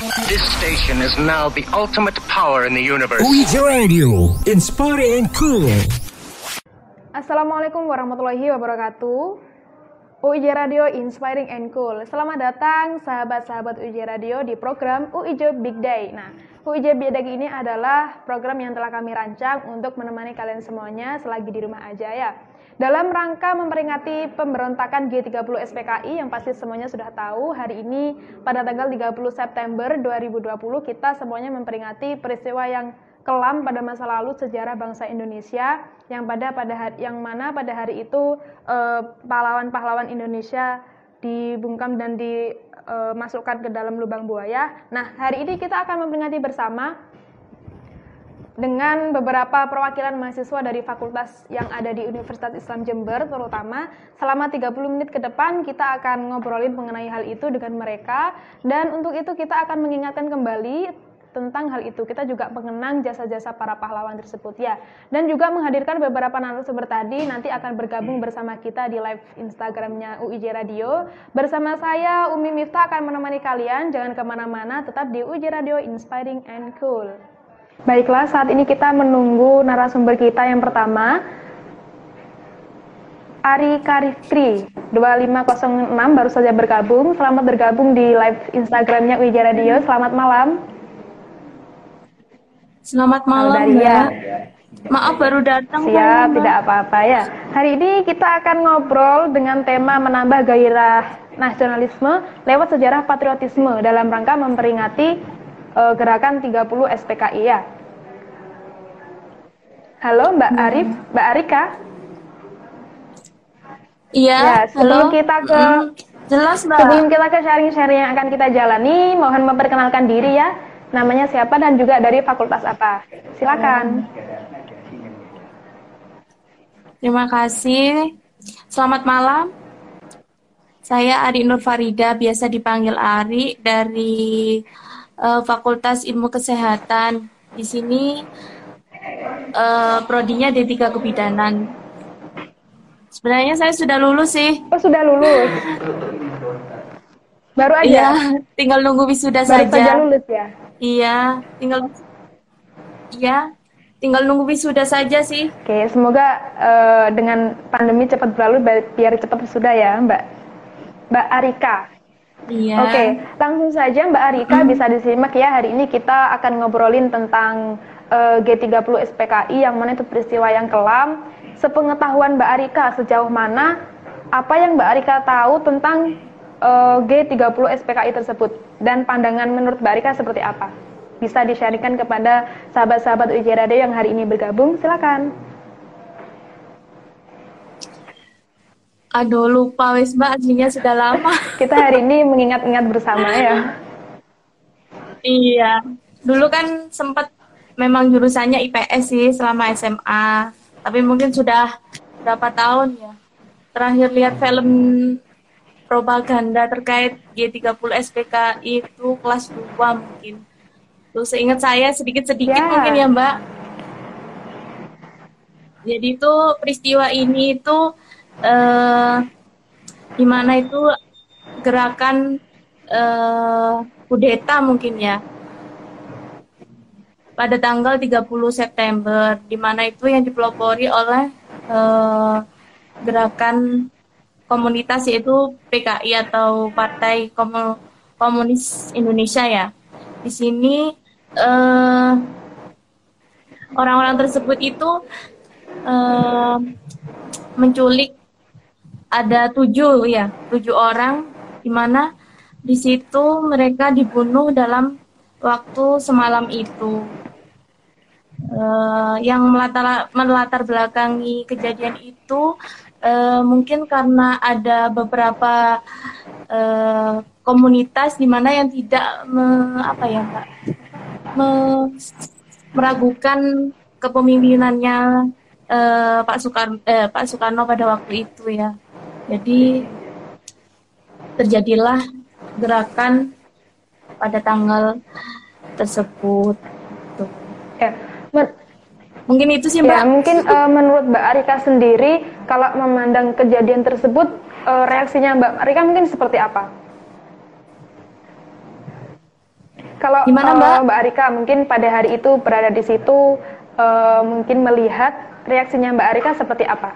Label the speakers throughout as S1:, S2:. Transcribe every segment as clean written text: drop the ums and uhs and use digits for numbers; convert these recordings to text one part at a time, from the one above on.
S1: This station is now the ultimate power in the universe.
S2: UIJ Radio, inspiring and cool.
S3: Assalamualaikum warahmatullahi wabarakatuh. UIJ Radio Inspiring and Cool. Selamat datang sahabat-sahabat UIJ Radio di program UIJ Big Day. Nah, UIJ Big Day ini adalah program yang telah kami rancang untuk menemani kalian semuanya selagi di rumah aja ya. Dalam rangka memperingati pemberontakan G30 SPKI yang pasti semuanya sudah tahu, hari ini pada tanggal 30 September 2020 kita semuanya memperingati peristiwa yang kelam pada masa lalu sejarah bangsa Indonesia yang mana pada hari itu pahlawan-pahlawan Indonesia dibungkam dan dimasukkan ke dalam lubang buaya. Nah, hari ini kita akan memperingati bersama dengan beberapa perwakilan mahasiswa dari fakultas yang ada di Universitas Islam Jember terutama. Selama 30 menit ke depan kita akan ngobrolin mengenai hal itu dengan mereka, dan untuk itu kita akan mengingatkan kembali tentang hal itu. Kita juga mengenang jasa-jasa para pahlawan tersebut ya, dan juga menghadirkan beberapa narasumber tadi nanti akan bergabung bersama kita di live Instagramnya UIJ Radio. Bersama saya Umi Miftah akan menemani kalian, jangan kemana-mana, tetap di UIJ Radio Inspiring and Cool. Baiklah, saat ini kita menunggu narasumber kita yang pertama, Ari Karifri 2506 baru saja bergabung. Selamat bergabung di live Instagramnya UIJ Radio. Selamat malam.
S4: Selamat malam ya. Maaf baru datang.
S3: Siap, tidak apa-apa ya. Hari ini kita akan ngobrol dengan tema menambah gairah nasionalisme lewat sejarah patriotisme dalam rangka memperingati gerakan 30 SPKI ya. Halo Mbak Arif, Mbak Arika.
S4: Iya,
S3: ya, sebelum
S4: halo.
S3: kita ke
S4: Jelas, Mbak.
S3: Sebelum kita ke sharing-sharing yang akan kita jalani, mohon memperkenalkan diri ya. Namanya siapa dan juga dari fakultas apa? Silakan.
S4: Terima kasih. Selamat malam. Saya Ari Nur Farida, biasa dipanggil Ari, dari Fakultas Ilmu Kesehatan. Di sini prodinya D3 Kebidanan. Sebenarnya saya sudah lulus sih.
S3: Oh, sudah lulus. Baru aja.
S4: Iya, tinggal nunggu wisuda saja.
S3: Baru saja lulus ya.
S4: Iya, tinggal nunggu wisuda saja sih.
S3: Oke, semoga dengan pandemi cepat berlalu biar cepat wisuda ya, Mbak Arika.
S4: Iya.
S3: Oke, langsung saja Mbak Arika bisa disimak ya. Hari ini kita akan ngobrolin tentang G30 SPKI yang mana itu peristiwa yang kelam. Sepengetahuan Mbak Arika, sejauh mana apa yang Mbak Arika tahu tentang G30 SPKI tersebut, dan pandangan menurut Mbak Arika seperti apa? Bisa di-sharingkan kepada sahabat-sahabat UIJ Radio yang hari ini bergabung, silakan.
S4: Aduh, lupa wis Mbak, aslinya sudah lama.
S3: Kita hari ini mengingat-ingat bersama ya.
S4: Iya, dulu kan sempat memang jurusannya IPS sih selama SMA, tapi mungkin sudah berapa tahun ya. Terakhir lihat film propaganda terkait G30 SPKI itu kelas 2 mungkin. Tuh seingat saya sedikit-sedikit mungkin ya Mbak. Jadi itu peristiwa ini itu dimana itu gerakan kudeta mungkin ya pada tanggal 30 September, dimana itu yang dipelopori oleh gerakan komunitas yaitu PKI atau Partai Komunis Indonesia ya. Di sini orang-orang tersebut itu menculik ada 7 orang, di mana di situ mereka dibunuh dalam waktu semalam itu. Yang melatar belakangi kejadian itu mungkin karena ada beberapa komunitas di mana yang tidak meragukan kepemimpinannya Pak Soekarno pada waktu itu ya. Jadi terjadilah gerakan pada tanggal tersebut. Tuh.
S3: Ya,
S4: mungkin itu sih Mbak.
S3: Ya, mungkin menurut Mbak Arika sendiri, kalau memandang kejadian tersebut, reaksinya Mbak Arika mungkin seperti apa? Kalau
S4: Gimana, Mbak?
S3: Mbak Arika mungkin pada hari itu berada di situ, mungkin melihat reaksinya Mbak Arika seperti apa?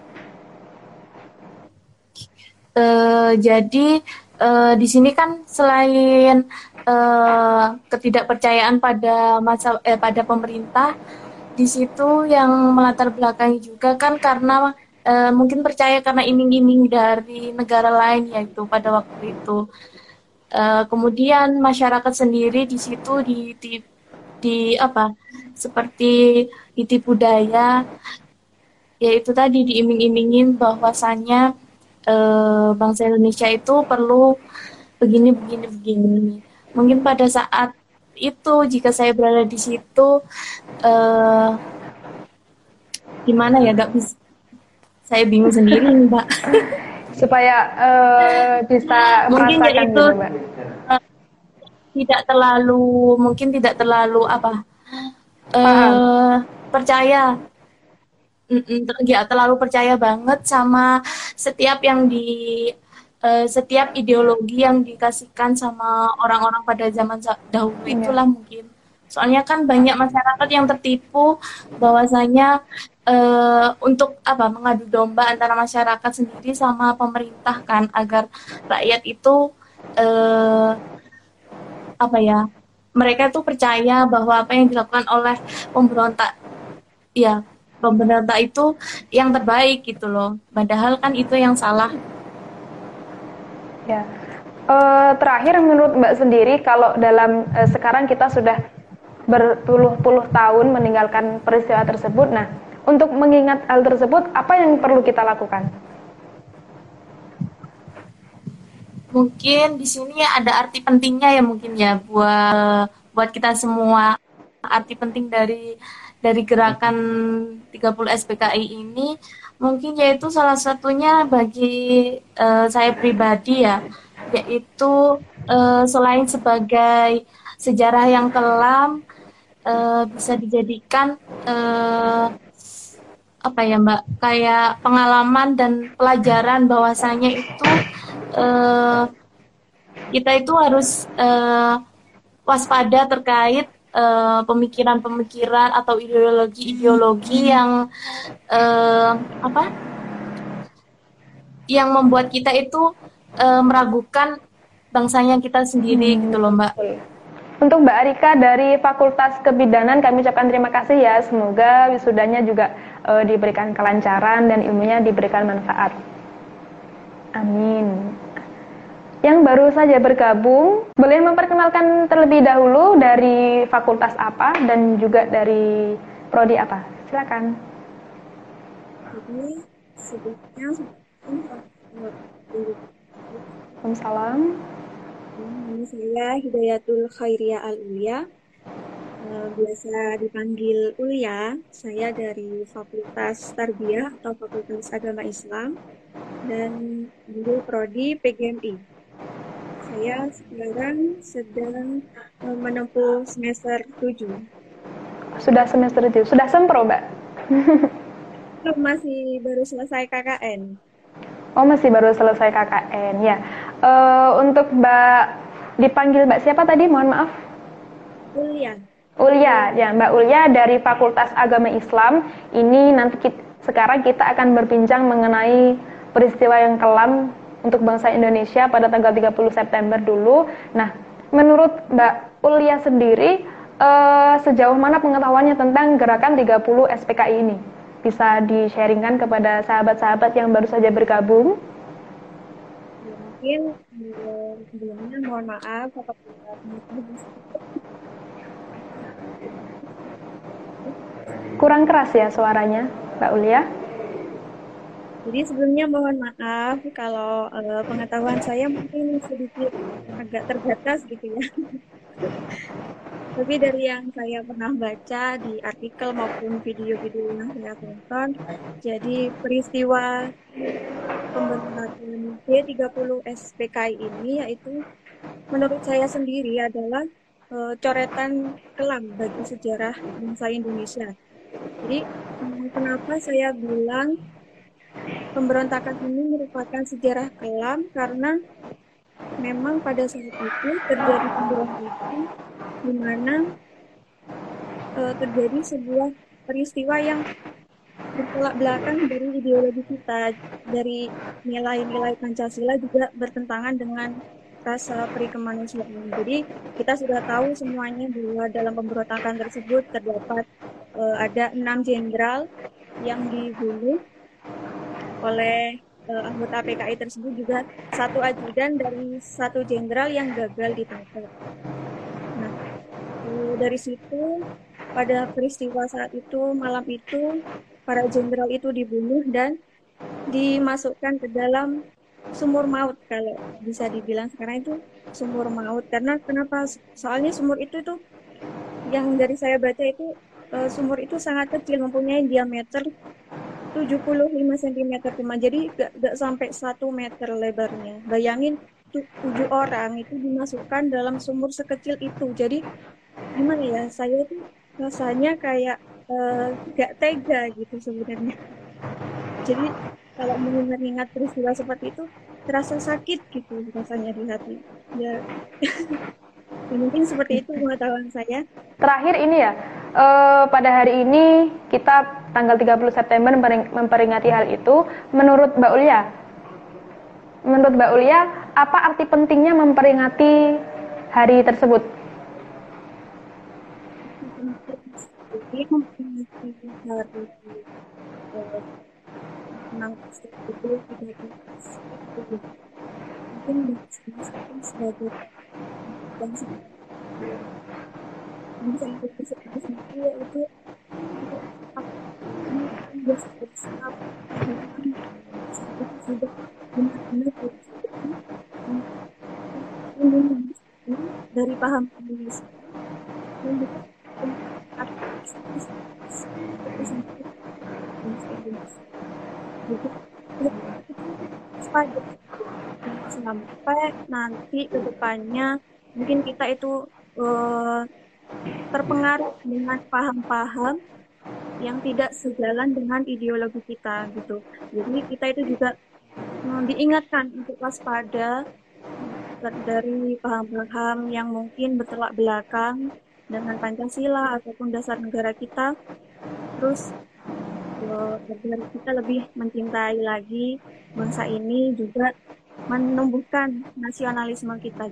S4: Jadi di sini kan selain ketidakpercayaan pada pemerintah, di situ yang melatar belakangi juga kan karena mungkin percaya karena iming-iming dari negara lain yaitu pada waktu itu. Kemudian masyarakat sendiri di situ di apa seperti ditipu daya, yaitu tadi diiming-imingin bahwasannya bangsa Indonesia itu perlu begini begini begini. Mungkin pada saat itu jika saya berada di situ eh, gimana ya, nggak bisa, saya bingung sendiri nih, Mbak.
S3: Supaya bisa
S4: Mungkin
S3: merasakan
S4: yaitu
S3: gitu, Mbak.
S4: tidak terlalu apa
S3: Paham.
S4: percaya. Nggak terlalu percaya banget sama setiap yang setiap ideologi yang dikasihkan sama orang-orang pada zaman dahulu
S3: Iya.
S4: itulah mungkin. Soalnya kan banyak masyarakat yang tertipu bahwasanya untuk apa mengadu domba antara masyarakat sendiri sama pemerintah kan agar rakyat itu eh, apa ya mereka tuh percaya bahwa apa yang dilakukan oleh pemberontak ya pemerintah itu yang terbaik gitu loh. Padahal kan itu yang salah.
S3: Ya. Terakhir menurut Mbak sendiri, kalau dalam sekarang kita sudah berpuluh-puluh tahun meninggalkan peristiwa tersebut, nah untuk mengingat hal tersebut, apa yang perlu kita lakukan?
S4: Mungkin di sini ada arti pentingnya ya mungkin ya buat kita semua. Arti penting dari gerakan 30 SPKI ini mungkin yaitu salah satunya bagi saya pribadi ya, yaitu selain sebagai sejarah yang kelam bisa dijadikan apa ya Mbak kayak pengalaman dan pelajaran bahwasanya itu eh, kita itu harus waspada terkait pemikiran-pemikiran atau ideologi-ideologi yang apa yang membuat kita itu meragukan bangsanya kita sendiri gitu loh Mbak.
S3: Untuk Mbak Arika dari Fakultas Kebidanan, kami ucapkan terima kasih ya. Semoga wisudanya juga diberikan kelancaran dan ilmunya diberikan manfaat. Amin. Yang baru saja bergabung, boleh memperkenalkan terlebih dahulu dari fakultas apa dan juga dari prodi apa? Silakan.
S5: Jadi sebelumnya
S3: Waalaikumsalam.
S5: nama saya Hidayatul Khairiyah Al-Ulia, biasa dipanggil Ulia. Saya dari Fakultas Tarbiyah atau Fakultas Agama Islam dan ambil prodi PGMI. Saya sekarang sedang menempuh semester 7.
S3: Sudah semester 7, sudah sempro, Mbak?
S5: Masih baru selesai KKN.
S3: Oh, masih baru selesai KKN, ya. Untuk Mbak, dipanggil Mbak siapa tadi? Mohon maaf.
S5: Ulia.
S3: Ulya, ya Mbak Ulya dari Fakultas Agama Islam. Ini nanti sekarang kita akan berbincang mengenai peristiwa yang kelam untuk bangsa Indonesia pada tanggal 30 September dulu. Nah, menurut Mbak Ulya sendiri, sejauh mana pengetahuannya tentang gerakan 30 SPKI ini? Bisa di-sharingkan kepada sahabat-sahabat yang baru saja bergabung?
S5: Ya, mungkin sebelumnya mohon maaf apabila
S3: Kurang keras ya suaranya, Mbak Ulya?
S5: Jadi sebelumnya mohon maaf kalau pengetahuan saya mungkin sedikit agak terbatas gitu ya. Tapi dari yang saya pernah baca di artikel maupun video-video yang saya tonton, jadi peristiwa pembentukan D30 SPKI ini yaitu menurut saya sendiri adalah coretan kelam bagi sejarah bangsa Indonesia. Jadi kenapa saya bilang pemberontakan ini merupakan sejarah kelam karena memang pada saat itu terjadi pemberontakan di mana terjadi sebuah peristiwa yang bertolak belakang dari ideologi kita, dari nilai-nilai Pancasila juga bertentangan dengan rasa peri kemanusiaan. Jadi kita sudah tahu semuanya bahwa dalam pemberontakan tersebut terdapat ada 6 jenderal yang dibunuh oleh anggota PKI tersebut, juga satu ajudan dari satu jenderal yang gagal ditangkap. Nah, dari situ pada peristiwa saat itu, malam itu, para jenderal itu dibunuh dan dimasukkan ke dalam sumur maut, kalau bisa dibilang sekarang itu sumur maut. Karena kenapa? Soalnya sumur itu tuh yang dari saya baca itu sumur itu sangat kecil, mempunyai diameter 75 cm cuma, jadi gak sampai 1 meter lebarnya. Bayangin 7 orang itu dimasukkan dalam sumur sekecil itu. Jadi gimana ya, saya tuh rasanya kayak gak tega gitu sebenarnya. Jadi kalau mengingat-ingat peristiwa seperti itu terasa sakit gitu rasanya di hati ya. Mungkin seperti itu pengetahuan saya.
S3: Terakhir ini ya, pada hari ini kita tanggal 30 September memperingati hal itu. Menurut Mbak Ulia, apa arti pentingnya memperingati hari tersebut?
S5: Jadi memperingati hari mungkin sebagai dan bisa sendiri, yaitu sudah benar-benar dari paham komunis sampai nanti ke depannya mungkin kita itu terpengaruh dengan paham-paham yang tidak sejalan dengan ideologi kita gitu. Jadi kita itu juga diingatkan untuk waspada dari paham-paham yang mungkin bertolak belakang dengan Pancasila ataupun dasar negara kita. Terus agar kita lebih mencintai lagi bangsa ini, juga menumbuhkan nasionalisme kita.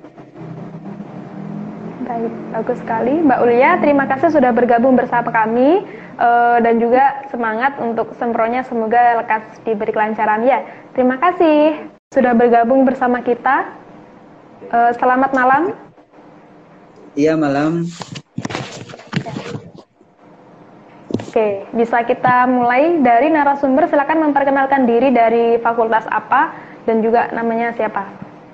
S3: Baik, bagus sekali Mbak Ulia. Terima kasih sudah bergabung bersama kami dan juga semangat untuk sempronya, semoga lekas diberi kelancaran ya. Terima kasih sudah bergabung bersama kita. Selamat malam.
S6: Iya, malam.
S3: Oke, bisa kita mulai dari narasumber. Silakan memperkenalkan diri, dari fakultas apa dan juga namanya siapa.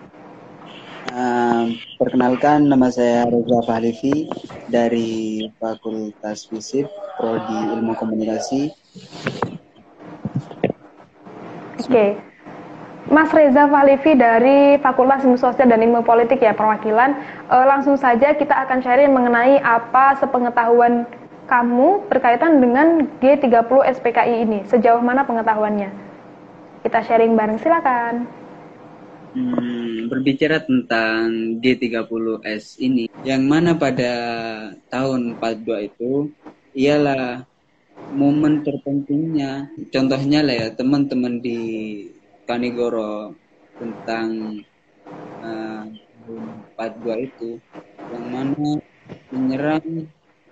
S6: Perkenalkan, nama saya Reza Fahlivi dari Fakultas Fisip, Prodi Ilmu Komunikasi.
S3: Oke, Mas Reza Fahlivi dari Fakultas Ilmu Sosial dan Ilmu Politik ya, perwakilan. Langsung saja kita akan sharing mengenai apa sepengetahuan kamu berkaitan dengan G30 SPKI ini. Sejauh mana pengetahuannya? Kita sharing bareng, silakan.
S6: Berbicara tentang G30S ini, yang mana pada tahun 42 itu ialah momen terpentingnya. Contohnya lah ya, teman-teman di Kanigoro tentang 42 itu, yang mana menyerang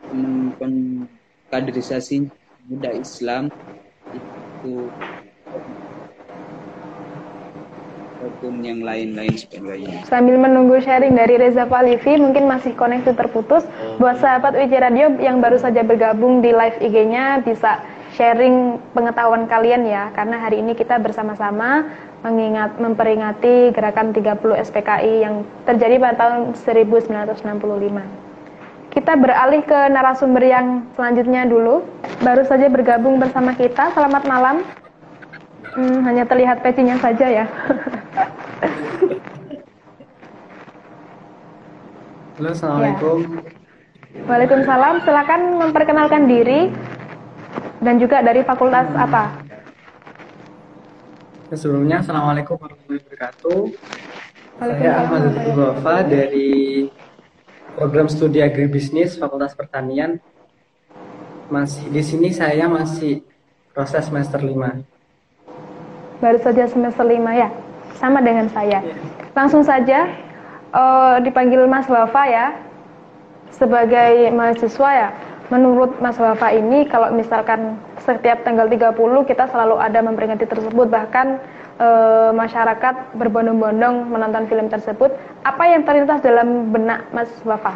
S6: kaderisasi muda Islam itu, ataupun yang lain-lain sebagainya.
S3: Sambil menunggu sharing dari Reza Fahlivi, mungkin masih koneksi terputus. Buat sahabat UIJ Radio yang baru saja bergabung di live IG-nya, bisa sharing pengetahuan kalian ya, karena hari ini kita bersama-sama memperingati gerakan 30 SPKI yang terjadi pada tahun 1965. Kita beralih ke narasumber yang selanjutnya dulu. Baru saja bergabung bersama kita. Selamat malam. Hanya terlihat pecinya saja ya.
S7: Halo, Assalamualaikum.
S3: Ya. Waalaikumsalam. Silakan memperkenalkan diri dan juga dari fakultas apa.
S7: Sebelumnya, Assalamualaikum warahmatullahi wabarakatuh. Saya Ahmad Wafa dari program studi agribisnis Fakultas Pertanian. Masih di sini saya masih proses semester 5.
S3: Baru saja semester 5 ya? Sama dengan saya. Langsung saja dipanggil Mas Wafa ya. Sebagai mahasiswa ya, menurut Mas Wafa ini kalau misalkan setiap tanggal 30 kita selalu ada memperingati tersebut, bahkan masyarakat berbondong-bondong menonton film tersebut. Apa yang terlintas dalam benak Mas Wafa?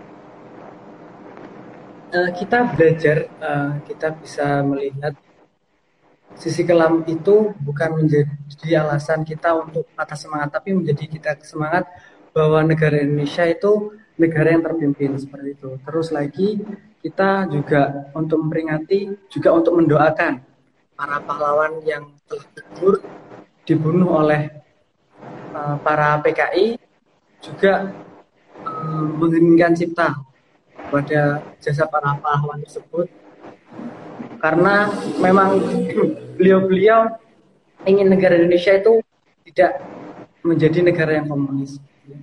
S7: Kita belajar, kita bisa melihat sisi kelam itu bukan menjadi alasan kita untuk patah semangat, tapi menjadi kita semangat bahwa negara Indonesia itu negara yang terpimpin seperti itu. Terus lagi kita juga untuk memperingati, juga untuk mendoakan para pahlawan yang telah gugur, dibunuh oleh para PKI, juga mengheningkan cipta pada jasa para pahlawan tersebut, karena memang beliau-beliau ingin negara Indonesia itu tidak menjadi negara yang komunis.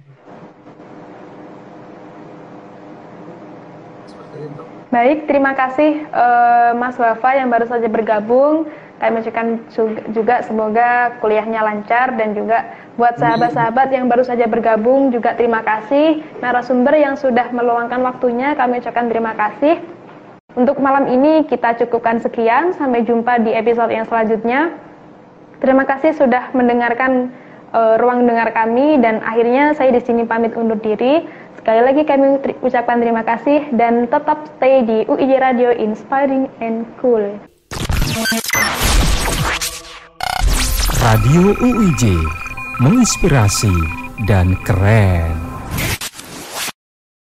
S3: Baik, terima kasih Mas Wafa yang baru saja bergabung. Kami ucapkan juga semoga kuliahnya lancar, dan juga buat sahabat-sahabat yang baru saja bergabung juga terima kasih. Narasumber yang sudah meluangkan waktunya kami ucapkan terima kasih. Untuk malam ini kita cukupkan sekian, sampai jumpa di episode yang selanjutnya. Terima kasih sudah mendengarkan ruang dengar kami, dan akhirnya saya di sini pamit undur diri. Sekali lagi kami ucapkan terima kasih, dan tetap stay di UIJ Radio Inspiring and Cool.
S2: Radio UIJ, menginspirasi dan keren.